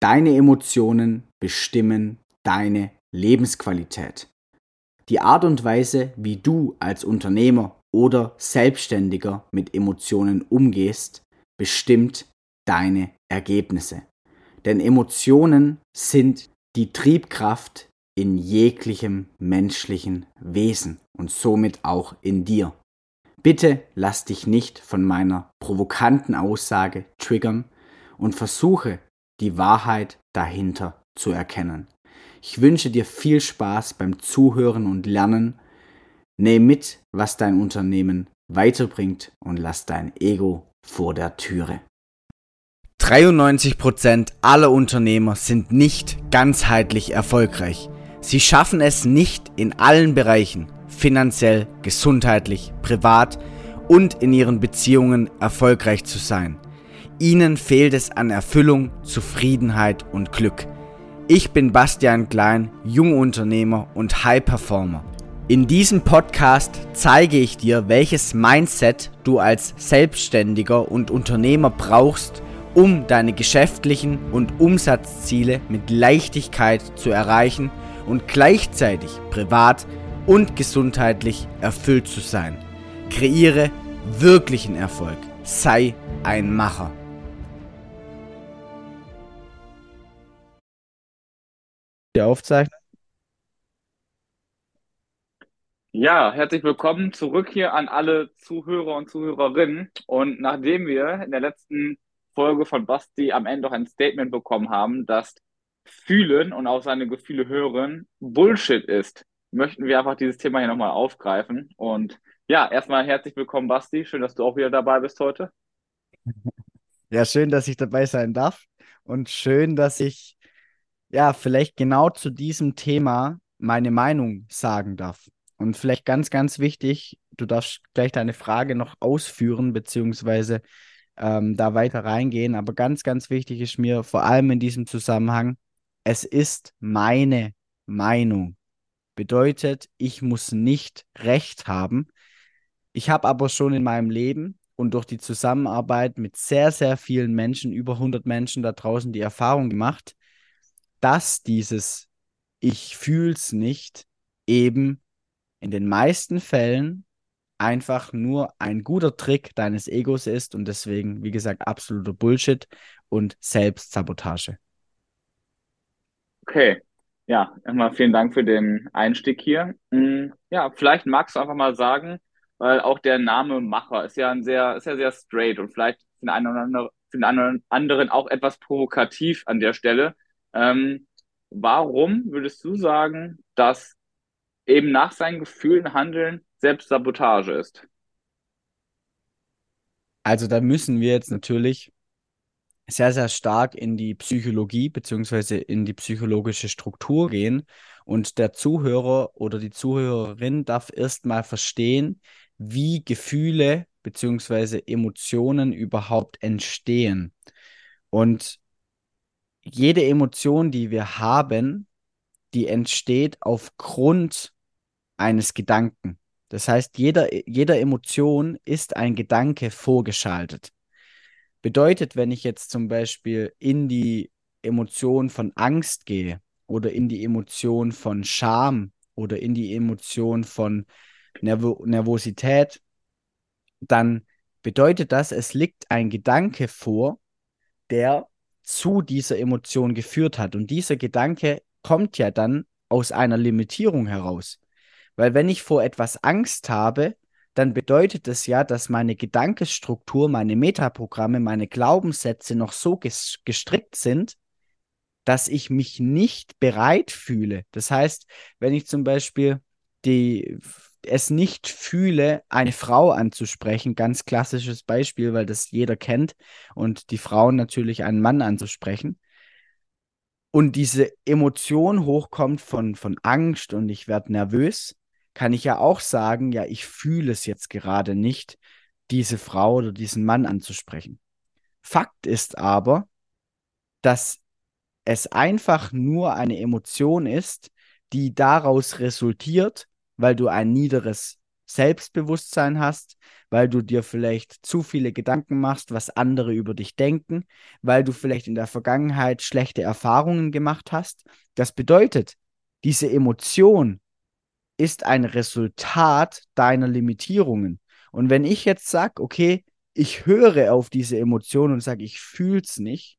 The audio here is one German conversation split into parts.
Deine Emotionen bestimmen deine Lebensqualität. Die Art und Weise, wie du als Unternehmer oder Selbstständiger mit Emotionen umgehst, bestimmt deine Ergebnisse. Denn Emotionen sind die Triebkraft in jeglichem menschlichen Wesen und somit auch in dir. Bitte lass dich nicht von meiner provokanten Aussage triggern und versuche, die Wahrheit dahinter zu erkennen. Ich wünsche dir viel Spaß beim Zuhören und Lernen. Nimm mit, was dein Unternehmen weiterbringt und lass dein Ego vor der Türe. 93% aller Unternehmer sind nicht ganzheitlich erfolgreich. Sie schaffen es nicht in allen Bereichen, finanziell, gesundheitlich, privat und in ihren Beziehungen erfolgreich zu sein. Ihnen fehlt es an Erfüllung, Zufriedenheit und Glück. Ich bin Bastian Klein, Jungunternehmer und High Performer. In diesem Podcast zeige ich dir, welches Mindset du als Selbstständiger und Unternehmer brauchst, um deine geschäftlichen und Umsatzziele mit Leichtigkeit zu erreichen und gleichzeitig privat und gesundheitlich erfüllt zu sein. Kreiere wirklichen Erfolg. Sei ein Macher. Der Aufzeichnung. Ja, herzlich willkommen zurück hier an alle Zuhörer und Zuhörerinnen. Und nachdem wir in der letzten Folge von Basti am Ende auch ein Statement bekommen haben, dass Fühlen und auch seine Gefühle hören Bullshit ist, möchten wir einfach dieses Thema hier nochmal aufgreifen. Und ja, erstmal herzlich willkommen, Basti. Schön, dass du auch wieder dabei bist heute. Ja, schön, dass ich dabei sein darf und schön, dass ich vielleicht genau zu diesem Thema meine Meinung sagen darf. Und vielleicht ganz, ganz wichtig, du darfst gleich deine Frage noch ausführen, beziehungsweise da weiter reingehen. Aber ganz, ganz wichtig ist mir vor allem in diesem Zusammenhang, es ist meine Meinung. Bedeutet, ich muss nicht recht haben. Ich habe aber schon in meinem Leben und durch die Zusammenarbeit mit sehr, sehr vielen Menschen, über 100 Menschen da draußen, die Erfahrung gemacht, dass dieses Ich fühl's nicht eben in den meisten Fällen einfach nur ein guter Trick deines Egos ist und deswegen, wie gesagt, absoluter Bullshit und Selbstsabotage. Okay, ja, erstmal vielen Dank für den Einstieg hier. Ja, vielleicht magst du einfach mal sagen, weil auch der Name Macher ist ja sehr straight und vielleicht für den einen oder anderen auch etwas provokativ an der Stelle. Warum würdest du sagen, dass eben nach seinen Gefühlen handeln Selbstsabotage ist? Also da müssen wir jetzt natürlich sehr, sehr stark in die Psychologie beziehungsweise in die psychologische Struktur gehen. Und der Zuhörer oder die Zuhörerin darf erstmal verstehen, wie Gefühle beziehungsweise Emotionen überhaupt entstehen. Und jede Emotion, die wir haben, die entsteht aufgrund eines Gedanken. Das heißt, jeder Emotion ist ein Gedanke vorgeschaltet. Bedeutet, wenn ich jetzt zum Beispiel in die Emotion von Angst gehe oder in die Emotion von Scham oder in die Emotion von Nervosität, dann bedeutet das, es liegt ein Gedanke vor, der zu dieser Emotion geführt hat. Und dieser Gedanke kommt ja dann aus einer Limitierung heraus. Weil wenn ich vor etwas Angst habe, dann bedeutet es ja, dass meine Gedankesstruktur, meine Metaprogramme, meine Glaubenssätze noch so gestrickt sind, dass ich mich nicht bereit fühle. Das heißt, wenn ich zum Beispiel es nicht fühle, eine Frau anzusprechen, ganz klassisches Beispiel, weil das jeder kennt, und die Frauen natürlich einen Mann anzusprechen, und diese Emotion hochkommt von Angst und ich werde nervös, kann ich ja auch sagen, ja, ich fühle es jetzt gerade nicht, diese Frau oder diesen Mann anzusprechen. Fakt ist aber, dass es einfach nur eine Emotion ist, die daraus resultiert, weil du ein niederes Selbstbewusstsein hast, weil du dir vielleicht zu viele Gedanken machst, was andere über dich denken, weil du vielleicht in der Vergangenheit schlechte Erfahrungen gemacht hast. Das bedeutet, diese Emotion ist ein Resultat deiner Limitierungen. Und wenn ich jetzt sage, okay, ich höre auf diese Emotion und sage, ich fühle es nicht,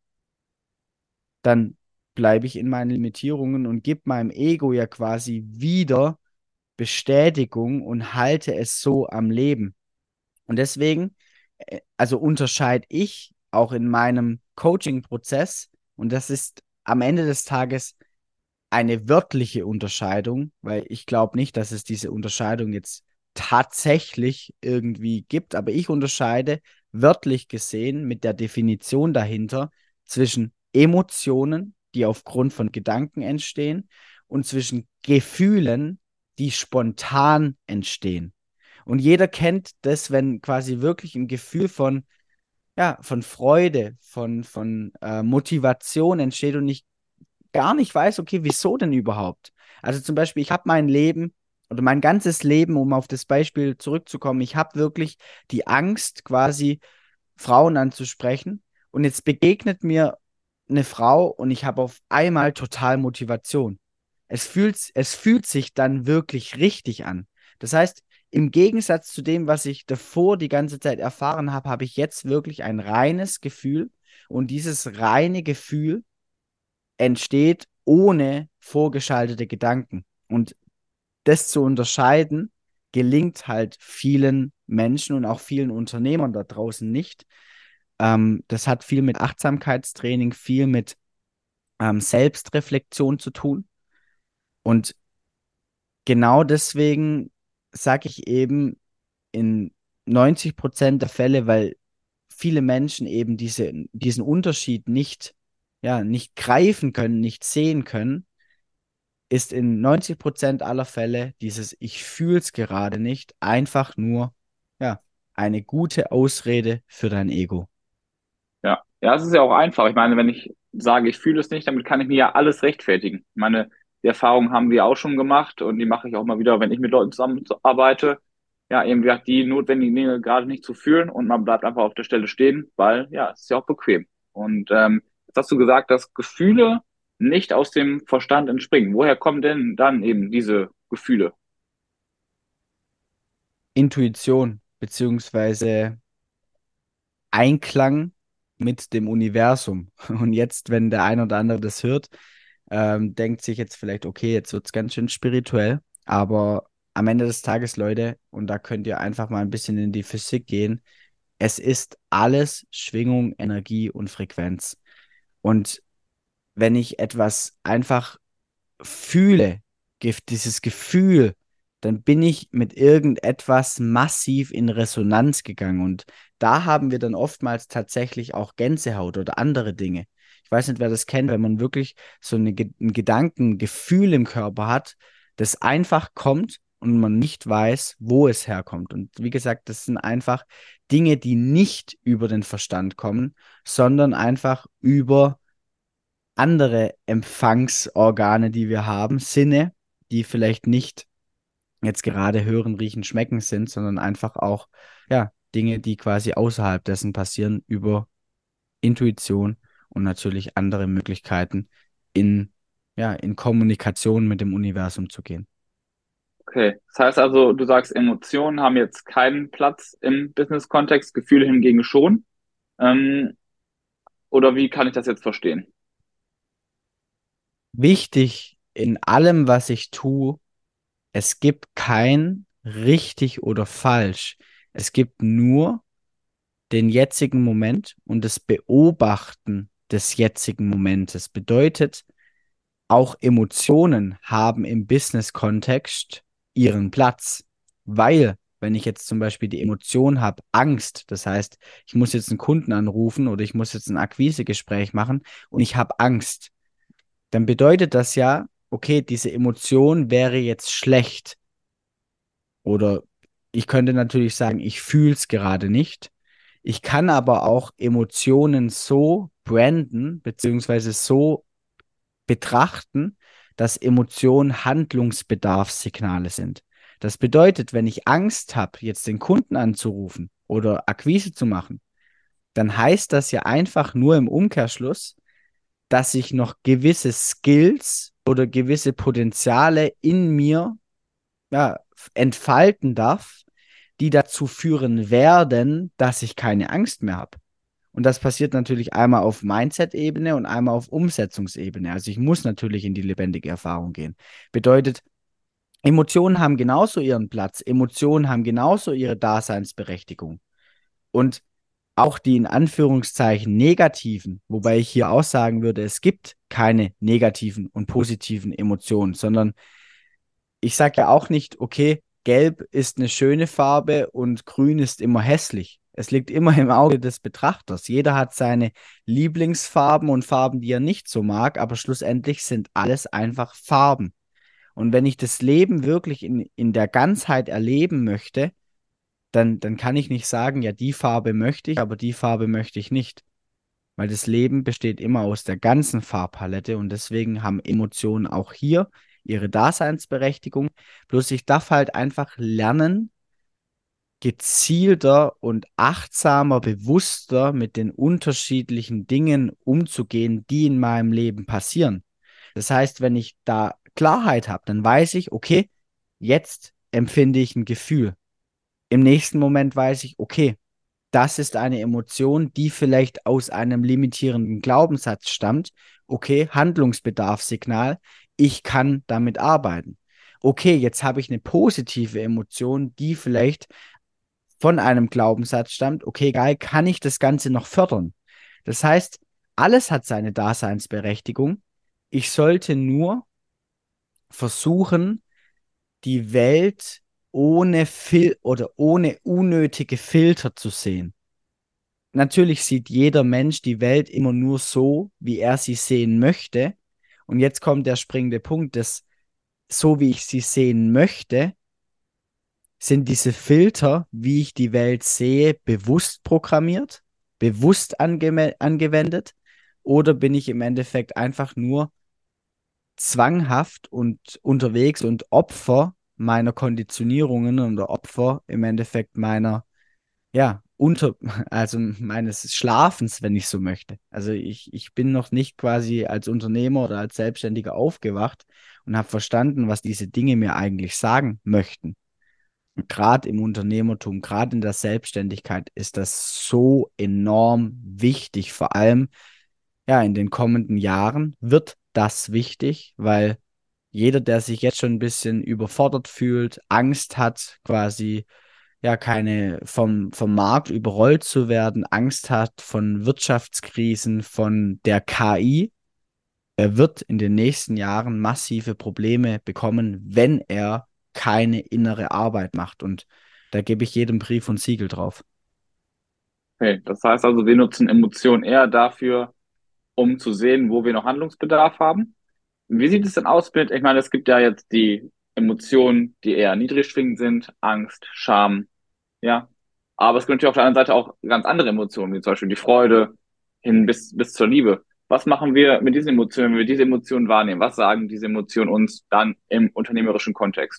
dann bleibe ich in meinen Limitierungen und gebe meinem Ego ja quasi wieder Bestätigung und halte es so am Leben. Und deswegen, also unterscheide ich auch in meinem Coaching-Prozess, und das ist am Ende des Tages eine wörtliche Unterscheidung, weil ich glaube nicht, dass es diese Unterscheidung jetzt tatsächlich irgendwie gibt, aber ich unterscheide wörtlich gesehen mit der Definition dahinter zwischen Emotionen, die aufgrund von Gedanken entstehen, und zwischen Gefühlen, die spontan entstehen. Und jeder kennt das, wenn quasi wirklich ein Gefühl von, ja, von Freude, von Motivation entsteht und ich gar nicht weiß, okay, wieso denn überhaupt? Also zum Beispiel, ich habe mein Leben oder mein ganzes Leben, um auf das Beispiel zurückzukommen, ich habe wirklich die Angst, quasi Frauen anzusprechen. Und jetzt begegnet mir eine Frau und ich habe auf einmal total Motivation. Es fühlt sich dann wirklich richtig an. Das heißt, im Gegensatz zu dem, was ich davor die ganze Zeit erfahren habe, habe ich jetzt wirklich ein reines Gefühl. Und dieses reine Gefühl entsteht ohne vorgeschaltete Gedanken. Und das zu unterscheiden, gelingt halt vielen Menschen und auch vielen Unternehmern da draußen nicht. Das hat viel mit Achtsamkeitstraining, viel mit Selbstreflexion zu tun. Und genau deswegen sage ich eben in 90% der Fälle, weil viele Menschen eben diesen Unterschied nicht greifen können, nicht sehen können, ist in 90% aller Fälle dieses Ich fühl's gerade nicht einfach nur ja, eine gute Ausrede für dein Ego. Ja, ja, es ist ja auch einfach. Ich meine, wenn ich sage, ich fühle es nicht, damit kann ich mir ja alles rechtfertigen. Ich meine, die Erfahrung haben wir auch schon gemacht und die mache ich auch mal wieder, wenn ich mit Leuten zusammenarbeite. Ja, eben gesagt, die notwendigen Dinge gerade nicht zu fühlen und man bleibt einfach auf der Stelle stehen, weil ja, es ist ja auch bequem. Und jetzt hast du gesagt, dass Gefühle nicht aus dem Verstand entspringen. Woher kommen denn dann eben diese Gefühle? Intuition beziehungsweise Einklang mit dem Universum. Und jetzt, wenn der ein oder andere das hört, denkt sich jetzt vielleicht, okay, jetzt wird es ganz schön spirituell, aber am Ende des Tages, Leute, und da könnt ihr einfach mal ein bisschen in die Physik gehen, es ist alles Schwingung, Energie und Frequenz. Und wenn ich etwas einfach fühle, dieses Gefühl, dann bin ich mit irgendetwas massiv in Resonanz gegangen. Und da haben wir dann oftmals tatsächlich auch Gänsehaut oder andere Dinge. Ich weiß nicht, wer das kennt, wenn man wirklich so ein Gedankengefühl im Körper hat, das einfach kommt und man nicht weiß, wo es herkommt. Und wie gesagt, das sind einfach Dinge, die nicht über den Verstand kommen, sondern einfach über andere Empfangsorgane, die wir haben, Sinne, die vielleicht nicht jetzt gerade hören, riechen, schmecken sind, sondern einfach auch, ja, Dinge, die quasi außerhalb dessen passieren, über Intuition und natürlich andere Möglichkeiten in Kommunikation mit dem Universum zu gehen. Okay, das heißt also, du sagst, Emotionen haben jetzt keinen Platz im Business-Kontext, Gefühle hingegen schon. Ähm, oder wie kann ich das jetzt verstehen? Wichtig in allem, was ich tue, es gibt kein richtig oder falsch. Es gibt nur den jetzigen Moment und das Beobachten des jetzigen Momentes. Bedeutet, auch Emotionen haben im Business-Kontext ihren Platz, weil wenn ich jetzt zum Beispiel die Emotion habe, Angst, das heißt, ich muss jetzt einen Kunden anrufen oder ich muss jetzt ein Akquisegespräch machen und ich habe Angst, dann bedeutet das ja, okay, diese Emotion wäre jetzt schlecht oder ich könnte natürlich sagen, ich fühle es gerade nicht. Ich kann aber auch Emotionen so branden, beziehungsweise so betrachten, dass Emotionen Handlungsbedarfssignale sind. Das bedeutet, wenn ich Angst habe, jetzt den Kunden anzurufen oder Akquise zu machen, dann heißt das ja einfach nur im Umkehrschluss, dass ich noch gewisse Skills oder gewisse Potenziale in mir ja, entfalten darf, die dazu führen werden, dass ich keine Angst mehr habe. Und das passiert natürlich einmal auf Mindset-Ebene und einmal auf Umsetzungsebene. Also ich muss natürlich in die lebendige Erfahrung gehen. Bedeutet, Emotionen haben genauso ihren Platz, Emotionen haben genauso ihre Daseinsberechtigung. Und auch die in Anführungszeichen negativen, wobei ich hier auch sagen würde, es gibt keine negativen und positiven Emotionen, sondern ich sage ja auch nicht, okay, gelb ist eine schöne Farbe und grün ist immer hässlich. Es liegt immer im Auge des Betrachters. Jeder hat seine Lieblingsfarben und Farben, die er nicht so mag, aber schlussendlich sind alles einfach Farben. Und wenn ich das Leben wirklich in der Ganzheit erleben möchte, dann kann ich nicht sagen, ja, die Farbe möchte ich, aber die Farbe möchte ich nicht. Weil das Leben besteht immer aus der ganzen Farbpalette und deswegen haben Emotionen auch hier ihre Daseinsberechtigung. Bloß ich darf halt einfach lernen, gezielter und achtsamer, bewusster mit den unterschiedlichen Dingen umzugehen, die in meinem Leben passieren. Das heißt, wenn ich da Klarheit habe, dann weiß ich, okay, jetzt empfinde ich ein Gefühl. Im nächsten Moment weiß ich, okay, das ist eine Emotion, die vielleicht aus einem limitierenden Glaubenssatz stammt. Okay, Handlungsbedarfssignal, ich kann damit arbeiten. Okay, jetzt habe ich eine positive Emotion, die vielleicht von einem Glaubenssatz stammt. Okay, geil, kann ich das Ganze noch fördern? Das heißt, alles hat seine Daseinsberechtigung. Ich sollte nur versuchen, die Welt ohne oder ohne unnötige Filter zu sehen. Natürlich sieht jeder Mensch die Welt immer nur so, wie er sie sehen möchte. Und jetzt kommt der springende Punkt, dass so wie ich sie sehen möchte, sind diese Filter, wie ich die Welt sehe, bewusst programmiert, bewusst angewendet, oder bin ich im Endeffekt einfach nur zwanghaft und unterwegs und Opfer meiner Konditionierungen oder Opfer im Endeffekt meiner ja, also meines Schlafens, wenn ich so möchte. Also ich bin noch nicht quasi als Unternehmer oder als Selbstständiger aufgewacht und habe verstanden, was diese Dinge mir eigentlich sagen möchten. Und gerade im Unternehmertum, gerade in der Selbstständigkeit ist das so enorm wichtig. Vor allem, ja, in den kommenden Jahren wird das wichtig, weil jeder, der sich jetzt schon ein bisschen überfordert fühlt, Angst hat, quasi ja vom Markt überrollt zu werden, Angst hat von Wirtschaftskrisen, von der KI, er wird in den nächsten Jahren massive Probleme bekommen, wenn er keine innere Arbeit macht. Und da gebe ich jedem Brief und Siegel drauf. Okay, das heißt also, wir nutzen Emotionen eher dafür, um zu sehen, wo wir noch Handlungsbedarf haben. Wie sieht es denn aus mit, ich meine, es gibt ja jetzt die Emotionen, die eher niedrig schwingend sind, Angst, Scham, ja. Aber es gibt natürlich auf der anderen Seite auch ganz andere Emotionen, wie zum Beispiel die Freude bis zur Liebe. Was machen wir mit diesen Emotionen, wenn wir diese Emotionen wahrnehmen? Was sagen diese Emotionen uns dann im unternehmerischen Kontext?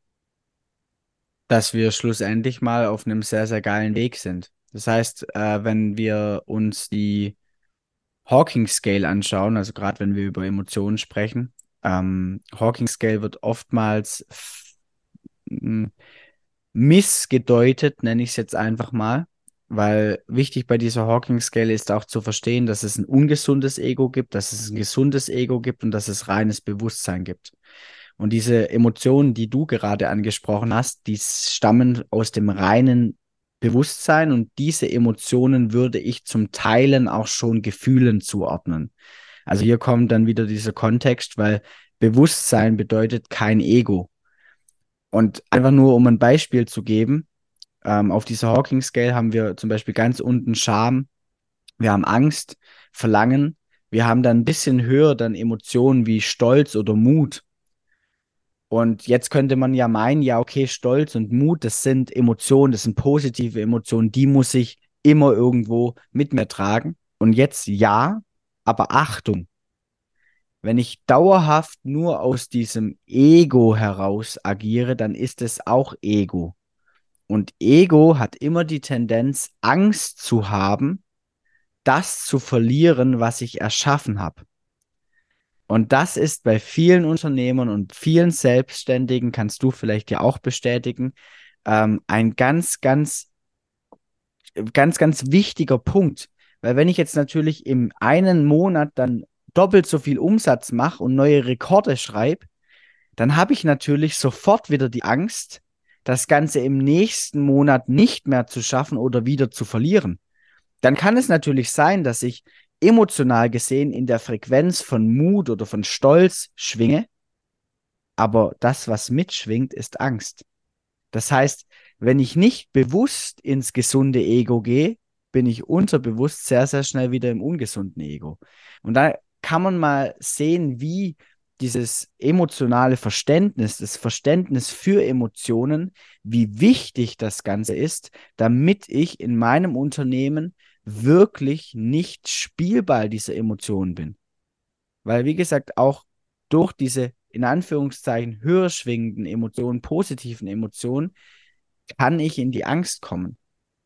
Dass wir schlussendlich mal auf einem sehr, sehr geilen Weg sind. Das heißt, wenn wir uns die Hawking Scale anschauen, also gerade wenn wir über Emotionen sprechen, Hawking Scale wird oftmals m- missgedeutet, nenne ich es jetzt einfach mal, weil wichtig bei dieser Hawking Scale ist auch zu verstehen, dass es ein ungesundes Ego gibt, dass es ein gesundes Ego gibt und dass es reines Bewusstsein gibt. Und diese Emotionen, die du gerade angesprochen hast, die stammen aus dem reinen Bewusstsein und diese Emotionen würde ich zum Teilen auch schon Gefühlen zuordnen. Also hier kommt dann wieder dieser Kontext, weil Bewusstsein bedeutet kein Ego. Und einfach nur, um ein Beispiel zu geben, auf dieser Hawking Scale haben wir zum Beispiel ganz unten Scham, wir haben Angst, Verlangen, wir haben dann ein bisschen höher dann Emotionen wie Stolz oder Mut. Und jetzt könnte man ja meinen, ja, okay, Stolz und Mut, das sind Emotionen, das sind positive Emotionen, die muss ich immer irgendwo mit mir tragen. Und jetzt ja, aber Achtung, Wenn ich dauerhaft nur aus diesem Ego heraus agiere, dann ist es auch Ego. Und Ego hat immer die Tendenz, Angst zu haben, das zu verlieren, was ich erschaffen habe. Und das ist bei vielen Unternehmern und vielen Selbstständigen, kannst du vielleicht ja auch bestätigen, ein ganz wichtiger Punkt. Weil wenn ich jetzt natürlich im einen Monat dann doppelt so viel Umsatz mache und neue Rekorde schreibe, dann habe ich natürlich sofort wieder die Angst, das Ganze im nächsten Monat nicht mehr zu schaffen oder wieder zu verlieren. Dann kann es natürlich sein, dass ich emotional gesehen in der Frequenz von Mut oder von Stolz schwinge, aber das, was mitschwingt, ist Angst. Das heißt, wenn ich nicht bewusst ins gesunde Ego gehe, bin ich unterbewusst sehr, sehr schnell wieder im ungesunden Ego. Und da kann man mal sehen, wie dieses emotionale Verständnis, das Verständnis für Emotionen, wie wichtig das Ganze ist, damit ich in meinem Unternehmen wirklich nicht Spielball dieser Emotionen bin. Weil, wie gesagt, auch durch diese in Anführungszeichen höher schwingenden Emotionen, positiven Emotionen, kann ich in die Angst kommen.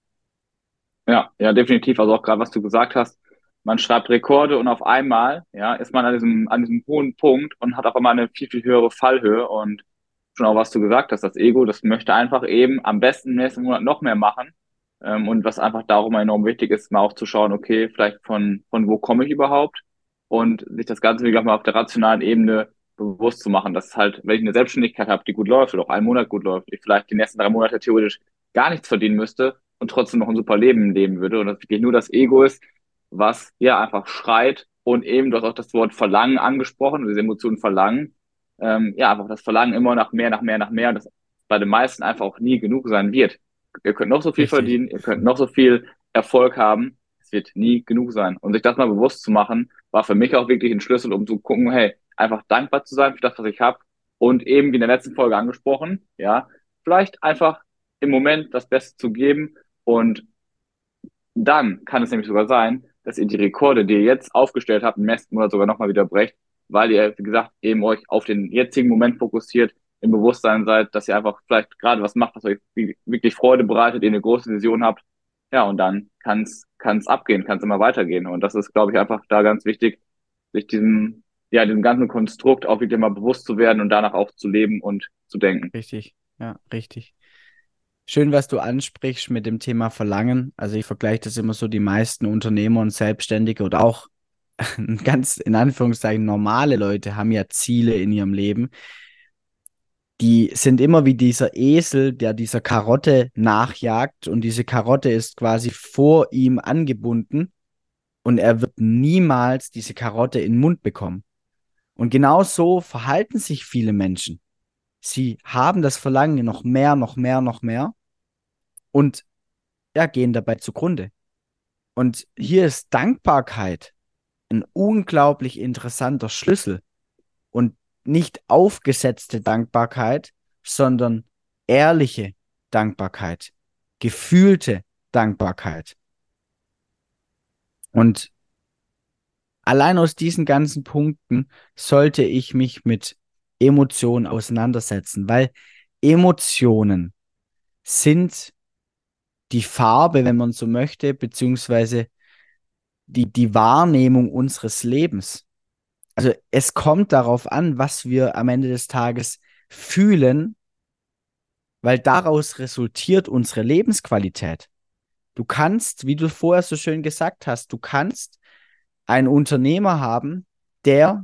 Ja, ja, definitiv. Also auch gerade, was du gesagt hast, man schreibt Rekorde und auf einmal, ja, ist man an diesem hohen Punkt und hat auf einmal eine viel, viel höhere Fallhöhe. Und schon auch, was du gesagt hast, das Ego, das möchte einfach eben am besten im nächsten Monat noch mehr machen. Und was einfach darum enorm wichtig ist, mal auch zu schauen, okay, vielleicht von wo komme ich überhaupt? Und sich das Ganze, wie gesagt, mal auf der rationalen Ebene bewusst zu machen, dass halt, wenn ich eine Selbstständigkeit habe, die gut läuft oder auch einen Monat gut läuft, ich vielleicht die nächsten 3 Monate theoretisch gar nichts verdienen müsste und trotzdem noch ein super Leben leben würde und dass wirklich nur das Ego ist, was ja einfach schreit und eben, du hast auch das Wort Verlangen angesprochen, diese Emotionen Verlangen, ja, einfach das Verlangen immer nach mehr, nach mehr, nach mehr und das bei den meisten einfach auch nie genug sein wird. Ihr könnt noch so viel Richtig, verdienen, ihr könnt noch so viel Erfolg haben, es wird nie genug sein. Und sich das mal bewusst zu machen, war für mich auch wirklich ein Schlüssel, um zu gucken, hey, einfach dankbar zu sein für das, was ich habe und eben wie in der letzten Folge angesprochen, ja, vielleicht einfach im Moment das Beste zu geben und dann kann es nämlich sogar sein, dass ihr die Rekorde, die ihr jetzt aufgestellt habt, im nächsten Monat sogar nochmal wieder brecht, weil ihr, wie gesagt, eben euch auf den jetzigen Moment fokussiert, im Bewusstsein seid, dass ihr einfach vielleicht gerade was macht, was euch wirklich Freude bereitet, ihr eine große Vision habt. Ja, und dann kann's abgehen, kann's immer weitergehen. Und das ist, glaube ich, einfach da ganz wichtig, sich diesem ganzen Konstrukt auch wirklich mal bewusst zu werden und danach auch zu leben und zu denken. richtig, ja, richtig. Schön, was du ansprichst mit dem Thema Verlangen. Also ich vergleiche das immer so, die meisten Unternehmer und Selbstständige oder auch ganz in Anführungszeichen normale Leute haben ja Ziele in ihrem Leben. Die sind immer wie dieser Esel, der dieser Karotte nachjagt und diese Karotte ist quasi vor ihm angebunden und er wird niemals diese Karotte in den Mund bekommen. Und genau so verhalten sich viele Menschen. Sie haben das Verlangen noch mehr, noch mehr, noch mehr und ja, gehen dabei zugrunde. Und hier ist Dankbarkeit ein unglaublich interessanter Schlüssel und nicht aufgesetzte Dankbarkeit, sondern ehrliche Dankbarkeit, gefühlte Dankbarkeit. Und allein aus diesen ganzen Punkten sollte ich mich mit Emotionen auseinandersetzen, weil Emotionen sind die Farbe, wenn man so möchte, beziehungsweise die Wahrnehmung unseres Lebens. Also es kommt darauf an, was wir am Ende des Tages fühlen, weil daraus resultiert unsere Lebensqualität. Du kannst, wie du vorher so schön gesagt hast, du kannst einen Unternehmer haben, der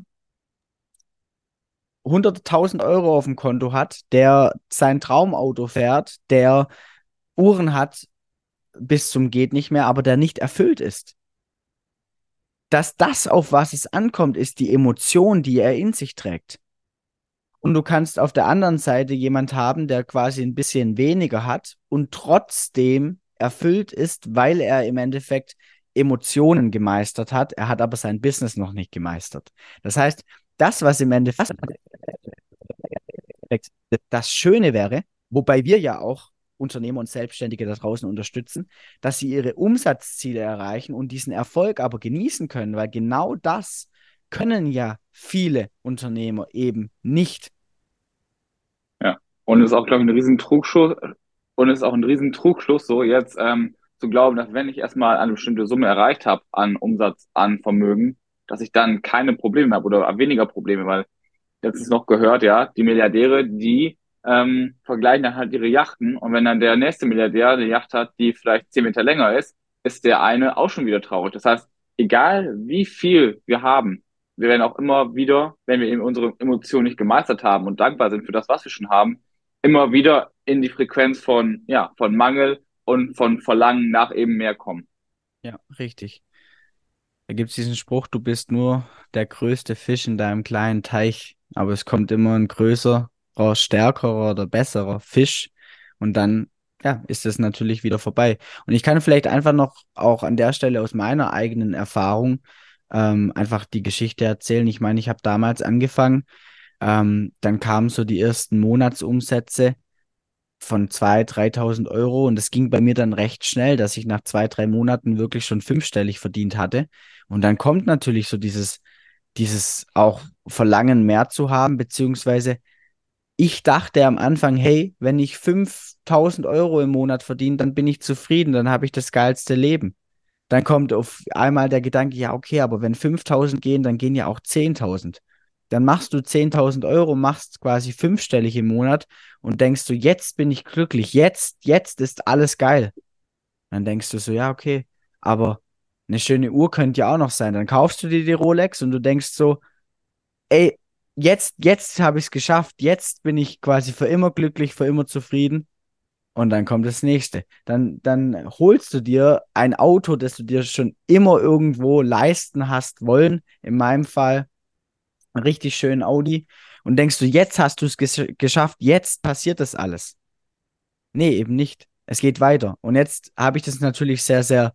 100.000 Euro auf dem Konto hat, der sein Traumauto fährt, der Uhren hat bis zum geht nicht mehr, aber der nicht erfüllt ist. Dass das, auf was es ankommt, ist die Emotion, die er in sich trägt. Und du kannst auf der anderen Seite jemand haben, der quasi ein bisschen weniger hat und trotzdem erfüllt ist, weil er im Endeffekt Emotionen gemeistert hat. Er hat aber sein Business noch nicht gemeistert. Das heißt, das, was im Endeffekt das Schöne wäre, wobei wir ja auch Unternehmer und Selbstständige da draußen unterstützen, dass sie ihre Umsatzziele erreichen und diesen Erfolg aber genießen können, weil genau das können ja viele Unternehmer eben nicht. Ja. Und es ist auch, glaube ich, ein Riesentrugschluss, und es ist auch ein Riesentrugschluss, so jetzt zu glauben, dass wenn ich erstmal eine bestimmte Summe erreicht habe an Umsatz, an Vermögen, dass ich dann keine Probleme habe oder weniger Probleme, weil letztens noch gehört, ja, die Milliardäre, die vergleichen dann halt ihre Yachten, und wenn dann der nächste Milliardär eine Yacht hat, die vielleicht 10 Meter länger ist der eine auch schon wieder traurig. Das heißt, egal wie viel wir haben, wir werden auch immer wieder, wenn wir eben unsere Emotionen nicht gemeistert haben und dankbar sind für das, was wir schon haben, immer wieder in die Frequenz von, ja, von Mangel und von Verlangen nach eben mehr kommen. Ja, richtig. Da gibt es diesen Spruch, du bist nur der größte Fisch in deinem kleinen Teich, aber es kommt immer ein größerer, stärkerer oder besserer Fisch und dann, ja, ist es natürlich wieder vorbei. Und ich kann vielleicht einfach noch auch an der Stelle aus meiner eigenen Erfahrung einfach die Geschichte erzählen. Ich meine, ich habe damals angefangen, dann kamen so die ersten Monatsumsätze von 2.000, 3.000 Euro. Und es ging bei mir dann recht schnell, dass ich nach 2, 3 Monaten wirklich schon fünfstellig verdient hatte. Und dann kommt natürlich so dieses auch Verlangen mehr zu haben, beziehungsweise ich dachte am Anfang, hey, wenn ich 5.000 Euro im Monat verdiene, dann bin ich zufrieden, dann habe ich das geilste Leben. Dann kommt auf einmal der Gedanke, ja, okay, aber wenn 5.000 gehen, dann gehen ja auch 10.000. Dann machst du 10.000 Euro, machst quasi fünfstellig im Monat und denkst du, jetzt bin ich glücklich, jetzt ist alles geil. Dann denkst du so, ja, okay, aber eine schöne Uhr könnte ja auch noch sein. Dann kaufst du dir die Rolex und du denkst so, ey, jetzt habe ich es geschafft, jetzt bin ich quasi für immer glücklich, für immer zufrieden. Und dann kommt das nächste. Dann holst du dir ein Auto, das du dir schon immer irgendwo leisten hast wollen. In meinem Fall einen richtig schönen Audi. Und denkst du, jetzt hast du es geschafft, jetzt passiert das alles. Nee, eben nicht. Es geht weiter. Und jetzt habe ich das natürlich sehr, sehr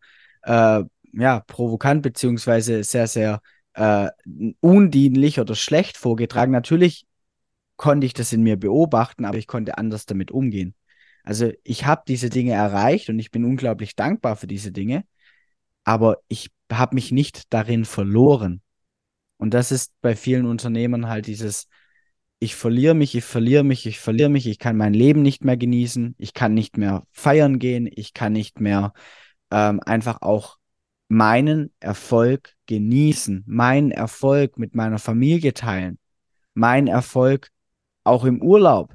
ja, provokant beziehungsweise sehr, sehr äh, undienlich oder schlecht vorgetragen. Natürlich konnte ich das in mir beobachten, aber ich konnte anders damit umgehen. Also ich habe diese Dinge erreicht und ich bin unglaublich dankbar für diese Dinge, aber ich habe mich nicht darin verloren. Und das ist bei vielen Unternehmern halt dieses, ich verliere mich, ich verliere mich, ich verliere mich, ich kann mein Leben nicht mehr genießen, ich kann nicht mehr feiern gehen, ich kann nicht mehr einfach auch meinen Erfolg genießen, meinen Erfolg mit meiner Familie teilen, meinen Erfolg auch im Urlaub.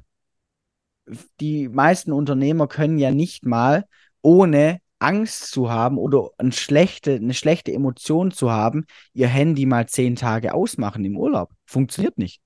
Die meisten Unternehmer können ja nicht mal, ohne Angst zu haben oder eine schlechte Emotion zu haben, ihr Handy mal 10 Tage ausmachen im Urlaub. Funktioniert nicht.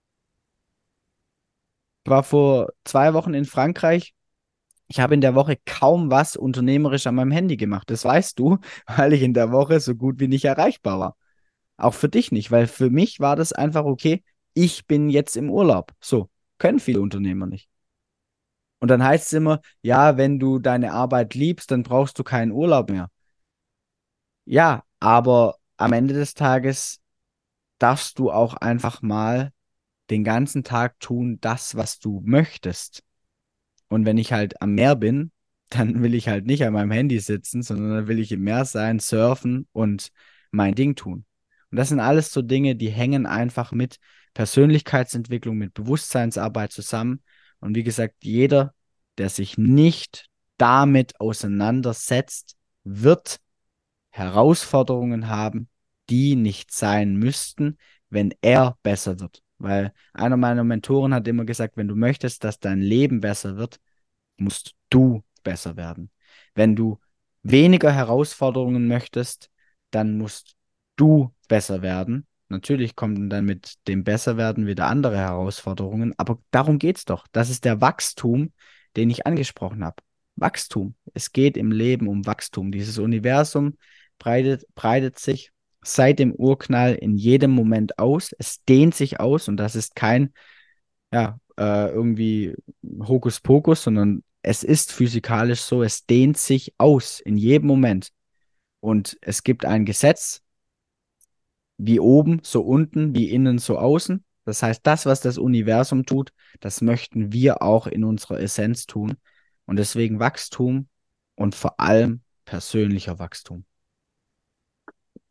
Ich war vor 2 Wochen in Frankreich. Ich habe in der Woche kaum was unternehmerisch an meinem Handy gemacht. Das weißt du, weil ich in der Woche so gut wie nicht erreichbar war. Auch für dich nicht, weil für mich war das einfach okay, ich bin jetzt im Urlaub. So, können viele Unternehmer nicht. Und dann heißt es immer, ja, wenn du deine Arbeit liebst, dann brauchst du keinen Urlaub mehr. Ja, aber am Ende des Tages darfst du auch einfach mal den ganzen Tag tun, das, was du möchtest. Und wenn ich halt am Meer bin, dann will ich halt nicht an meinem Handy sitzen, sondern dann will ich im Meer sein, surfen und mein Ding tun. Und das sind alles so Dinge, die hängen einfach mit Persönlichkeitsentwicklung, mit Bewusstseinsarbeit zusammen. Und wie gesagt, jeder, der sich nicht damit auseinandersetzt, wird Herausforderungen haben, die nicht sein müssten, wenn er besser wird. Weil einer meiner Mentoren hat immer gesagt, wenn du möchtest, dass dein Leben besser wird, musst du besser werden. Wenn du weniger Herausforderungen möchtest, dann musst du besser werden. Natürlich kommen dann mit dem Besserwerden wieder andere Herausforderungen, aber darum geht es doch. Das ist der Wachstum, den ich angesprochen habe. Wachstum. Es geht im Leben um Wachstum. Dieses Universum breitet sich seit dem Urknall in jedem Moment aus. Es dehnt sich aus und das ist kein ja, irgendwie Hokuspokus, sondern es ist physikalisch so, es dehnt sich aus in jedem Moment. Und es gibt ein Gesetz, wie oben, so unten, wie innen, so außen. Das heißt, das, was das Universum tut, das möchten wir auch in unserer Essenz tun. Und deswegen Wachstum und vor allem persönlicher Wachstum.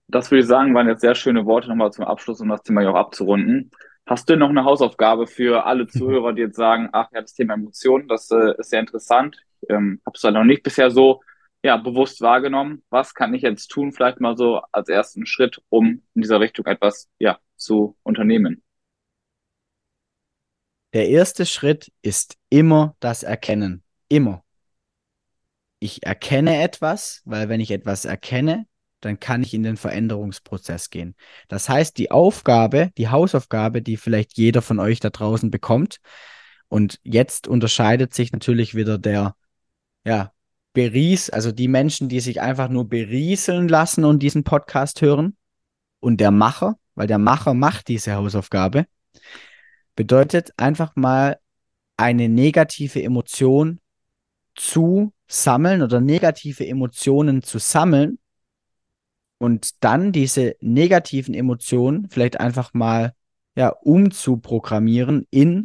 Das würde ich sagen, waren jetzt sehr schöne Worte nochmal zum Abschluss, um das Thema hier auch abzurunden. Hast du noch eine Hausaufgabe für alle Zuhörer, die jetzt sagen, ach ja, das Thema Emotionen, das ist sehr interessant. Habe es halt noch nicht bisher so ja, bewusst wahrgenommen. Was kann ich jetzt tun, vielleicht mal so als ersten Schritt, um in dieser Richtung etwas ja, zu unternehmen? Der erste Schritt ist immer das Erkennen. Immer. Ich erkenne etwas, weil wenn ich etwas erkenne, dann kann ich in den Veränderungsprozess gehen. Das heißt, die Aufgabe, die Hausaufgabe, die vielleicht jeder von euch da draußen bekommt, und jetzt unterscheidet sich natürlich wieder der, ja, also die Menschen, die sich einfach nur berieseln lassen und diesen Podcast hören, und der Macher, weil der Macher macht diese Hausaufgabe, bedeutet einfach mal eine negative Emotion zu sammeln oder negative Emotionen zu sammeln und dann diese negativen Emotionen vielleicht einfach mal ja umzuprogrammieren in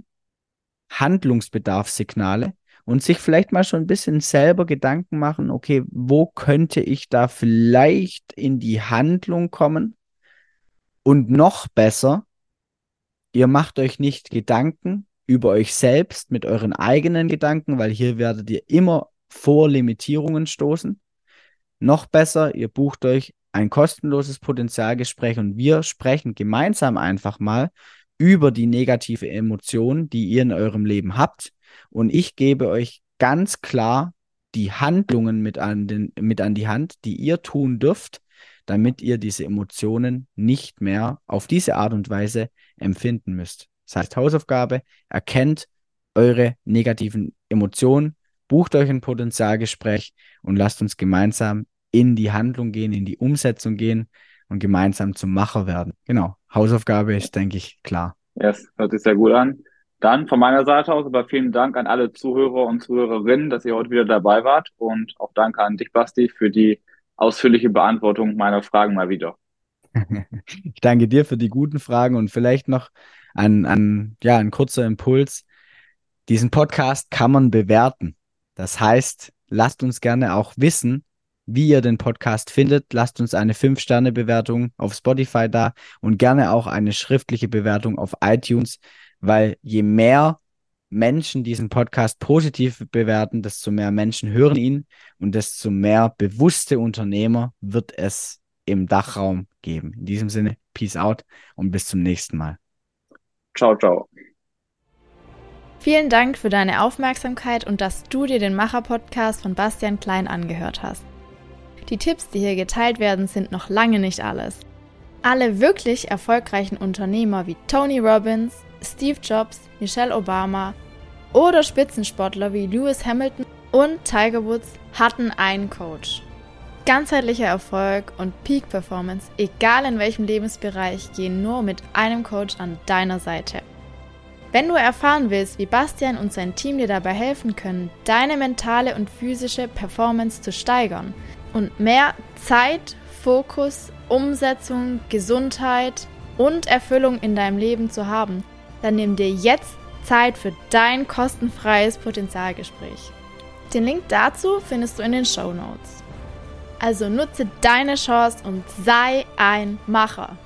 Handlungsbedarfssignale und sich vielleicht mal schon ein bisschen selber Gedanken machen, okay, wo könnte ich da vielleicht in die Handlung kommen? Und noch besser, ihr macht euch nicht Gedanken über euch selbst mit euren eigenen Gedanken, weil hier werdet ihr immer vor Limitierungen stoßen. Noch besser, ihr bucht euch ein kostenloses Potenzialgespräch und wir sprechen gemeinsam einfach mal über die negative Emotion, die ihr in eurem Leben habt. Und ich gebe euch ganz klar die Handlungen mit an die Hand, die ihr tun dürft, damit ihr diese Emotionen nicht mehr auf diese Art und Weise empfinden müsst. Das heißt, Hausaufgabe, erkennt eure negativen Emotionen, bucht euch ein Potenzialgespräch und lasst uns gemeinsam in die Handlung gehen, in die Umsetzung gehen und gemeinsam zum Macher werden. Genau, Hausaufgabe ist, denke ich, klar. Yes, hört sich sehr gut an. Dann von meiner Seite aus aber vielen Dank an alle Zuhörer und Zuhörerinnen, dass ihr heute wieder dabei wart und auch danke an dich, Basti, für die ausführliche Beantwortung meiner Fragen mal wieder. Ich danke dir für die guten Fragen und vielleicht noch ja, ein kurzer Impuls. Diesen Podcast kann man bewerten. Das heißt, lasst uns gerne auch wissen, wie ihr den Podcast findet. Lasst uns eine 5-Sterne-Bewertung auf Spotify da und gerne auch eine schriftliche Bewertung auf iTunes, weil je mehr Menschen diesen Podcast positiv bewerten, desto mehr Menschen hören ihn und desto mehr bewusste Unternehmer wird es im Dachraum geben. In diesem Sinne, Peace out und bis zum nächsten Mal. Ciao, ciao. Vielen Dank für deine Aufmerksamkeit und dass du dir den Macher-Podcast von Bastian Klein angehört hast. Die Tipps, die hier geteilt werden, sind noch lange nicht alles. Alle wirklich erfolgreichen Unternehmer wie Tony Robbins, Steve Jobs, Michelle Obama oder Spitzensportler wie Lewis Hamilton und Tiger Woods hatten einen Coach. Ganzheitlicher Erfolg und Peak Performance, egal in welchem Lebensbereich, gehen nur mit einem Coach an deiner Seite. Wenn du erfahren willst, wie Bastian und sein Team dir dabei helfen können, deine mentale und physische Performance zu steigern und mehr Zeit, Fokus, Umsetzung, Gesundheit und Erfüllung in deinem Leben zu haben, dann nimm dir jetzt Zeit für dein kostenfreies Potenzialgespräch. Den Link dazu findest du in den Shownotes. Also nutze deine Chance und sei ein Macher.